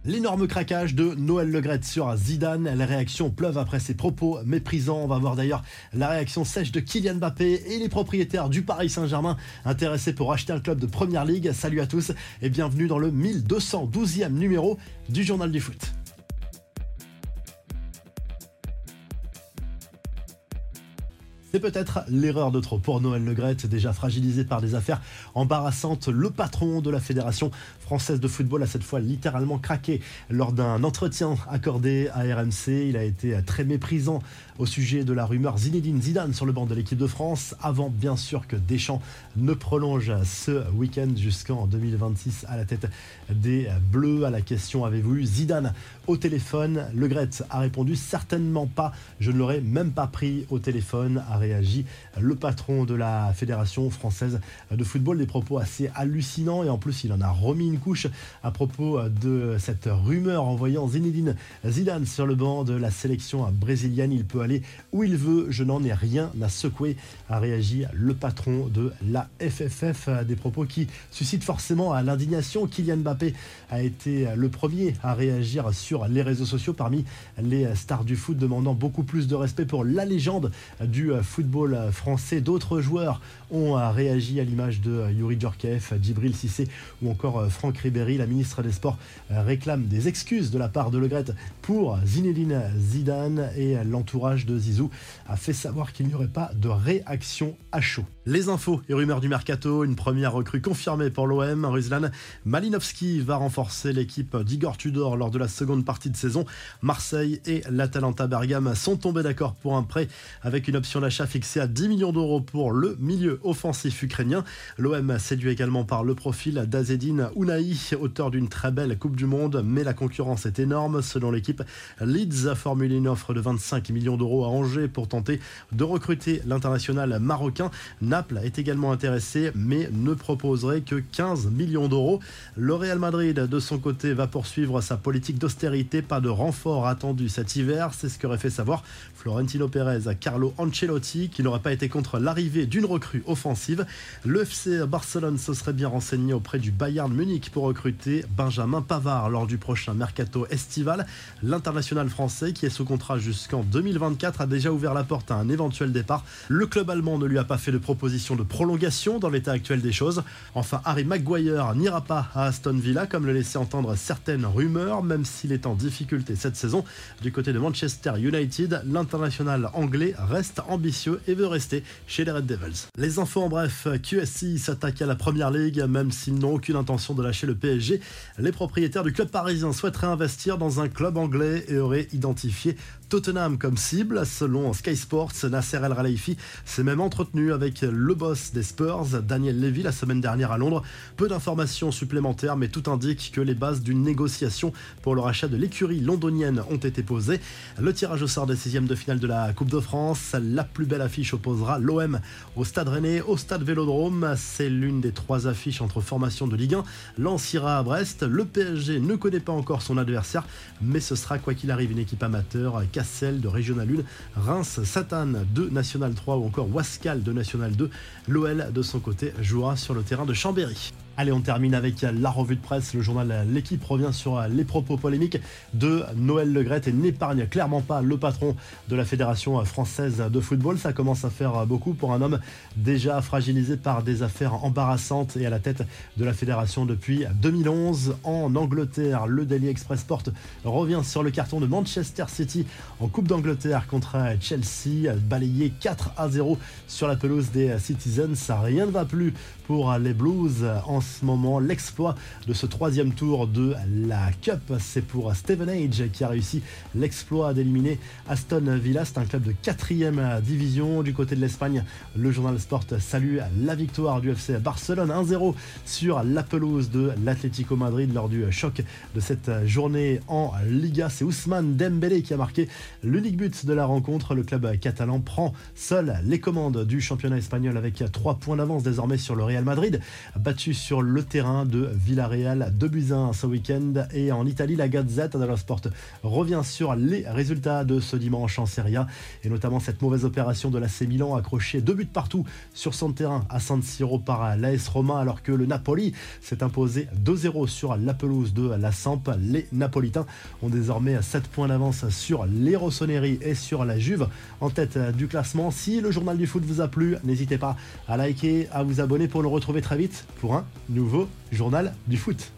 L'énorme craquage de Noël Le Graët sur Zidane, les réactions pleuvent après ses propos méprisants. On va voir d'ailleurs la réaction sèche de Kylian Mbappé et les propriétaires du Paris Saint-Germain intéressés pour acheter un club de Première Ligue. Salut à tous et bienvenue dans le 1212e numéro du Journal du Foot. C'est peut-être l'erreur de trop pour Noël Le Graët, déjà fragilisé par des affaires embarrassantes. Le patron de la Fédération française de football a cette fois littéralement craqué lors d'un entretien accordé à RMC. Il a été très méprisant au sujet de la rumeur Zinedine Zidane sur le banc de l'équipe de France, avant bien sûr que Deschamps ne prolonge ce week-end jusqu'en 2026 à la tête des Bleus. À la question « Avez-vous eu Zidane au téléphone ?», Le Graët a répondu « Certainement pas, je ne l'aurais même pas pris au téléphone », a réagi le patron de la Fédération française de football. Des propos assez hallucinants et en plus il en a remis une couche à propos de cette rumeur en voyant Zinedine Zidane sur le banc de la sélection brésilienne. Il peut aller où il veut, je n'en ai rien à secouer, a réagi le patron de la FFF. Des propos qui suscitent forcément à l'indignation. Kylian Mbappé a été le premier à réagir sur les réseaux sociaux parmi les stars du foot, demandant beaucoup plus de respect pour la légende du football français. D'autres joueurs ont réagi à l'image de Youri Djorkaeff, Djibril Cissé ou encore Franck Ribéry. La ministre des Sports réclame des excuses de la part de Le Graët pour Zinedine Zidane et l'entourage de Zizou a fait savoir qu'il n'y aurait pas de réaction à chaud. Les infos et rumeurs du mercato, une première recrue confirmée pour l'OM. Ruslan Malinovski va renforcer l'équipe d'Igor Tudor lors de la seconde partie de saison. Marseille et l'Atalanta Bergame sont tombés d'accord pour un prêt avec une option d'achat fixée à 10 millions d'euros pour le milieu offensif ukrainien. L'OM séduit également par le profil d'Azzedine Ounahi, auteur d'une très belle Coupe du Monde, mais la concurrence est énorme. Selon l'équipe, Leeds a formulé une offre de 25 millions d'euros à Angers pour tenter de recruter l'international marocain. Naples est également intéressé, mais ne proposerait que 15 millions d'euros. Le Real Madrid, de son côté, va poursuivre sa politique d'austérité. Pas de renfort attendu cet hiver, c'est ce qu'aurait fait savoir Florentino Pérez à Carlo Ancelotti, qui n'aurait pas été contre l'arrivée d'une recrue offensive. Le FC Barcelone se serait bien renseigné auprès du Bayern Munich pour recruter Benjamin Pavard lors du prochain mercato estival. L'international français, qui est sous contrat jusqu'en 2024, a déjà ouvert la porte à un éventuel départ. Le club allemand ne lui a pas fait de proposition de prolongation dans l'état actuel des choses. Enfin, Harry Maguire n'ira pas à Aston Villa, comme le laissaient entendre certaines rumeurs, même s'il est en difficulté cette saison. Du côté de Manchester United, l'international anglais reste ambitieux et veut rester chez les Red Devils. Les infos en bref, QSI s'attaque à la Première Ligue, même s'ils n'ont aucune intention de lâcher le PSG. Les propriétaires du club parisien souhaiteraient investir dans un club anglais et auraient identifié Tottenham comme cible. Selon Sky Sports, Nasser El Khelaifi s'est même entretenu avec le boss des Spurs, Daniel Levy, la semaine dernière à Londres. Peu d'informations supplémentaires, mais tout indique que les bases d'une négociation pour le rachat de l'écurie londonienne ont été posées. Le tirage au sort des 6e de finale de la Coupe de France, la plus belle affiche opposera l'OM au Stade Rennais, au Stade Vélodrome. C'est l'une des 3 affiches entre formations de Ligue 1. Lens ira à Brest. Le PSG ne connaît pas encore son adversaire, mais ce sera quoi qu'il arrive une équipe amateur. Cassel de Régional 1, Reims, Satane de National 3 ou encore Wascal de National 2. L'OL, de son côté, jouera sur le terrain de Chambéry. Allez, on termine avec la revue de presse. Le journal L'Équipe revient sur les propos polémiques de Noël Le Graët et n'épargne clairement pas le patron de la Fédération française de football. Ça commence à faire beaucoup pour un homme déjà fragilisé par des affaires embarrassantes et à la tête de la Fédération depuis 2011. En Angleterre, le Daily Express Sport revient sur le carton de Manchester City en Coupe d'Angleterre contre Chelsea, balayé 4-0 sur la pelouse des Citizens. Ça, rien ne va plus pour les Blues en ce moment. L'exploit de ce 3e tour de la Cup, c'est pour Steven Age qui a réussi l'exploit d'éliminer Aston Villa. C'est un club de 4e division. Du côté de l'Espagne, le journal Sport salue la victoire du FC Barcelone 1-0 sur la pelouse de l'Atlético Madrid lors du choc de cette journée en Liga. C'est Ousmane Dembélé qui a marqué l'unique but de la rencontre. Le club catalan prend seul les commandes du championnat espagnol avec 3 points d'avance désormais sur le Real Real Madrid, battu sur le terrain de Villarreal 2-1 ce week-end. Et en Italie, la Gazzetta dello Sport revient sur les résultats de ce dimanche en Serie A, et notamment cette mauvaise opération de l'AC Milan, accroché 2 buts partout sur son terrain à San Siro par l'AS Roma, alors que le Napoli s'est imposé 2-0 sur la pelouse de la Samp. Les Napolitains ont désormais 7 points d'avance sur les Rossoneri et sur la Juve en tête du classement. Si le journal du foot vous a plu, n'hésitez pas à liker, à vous abonner pour le retrouver très vite pour un nouveau journal du foot.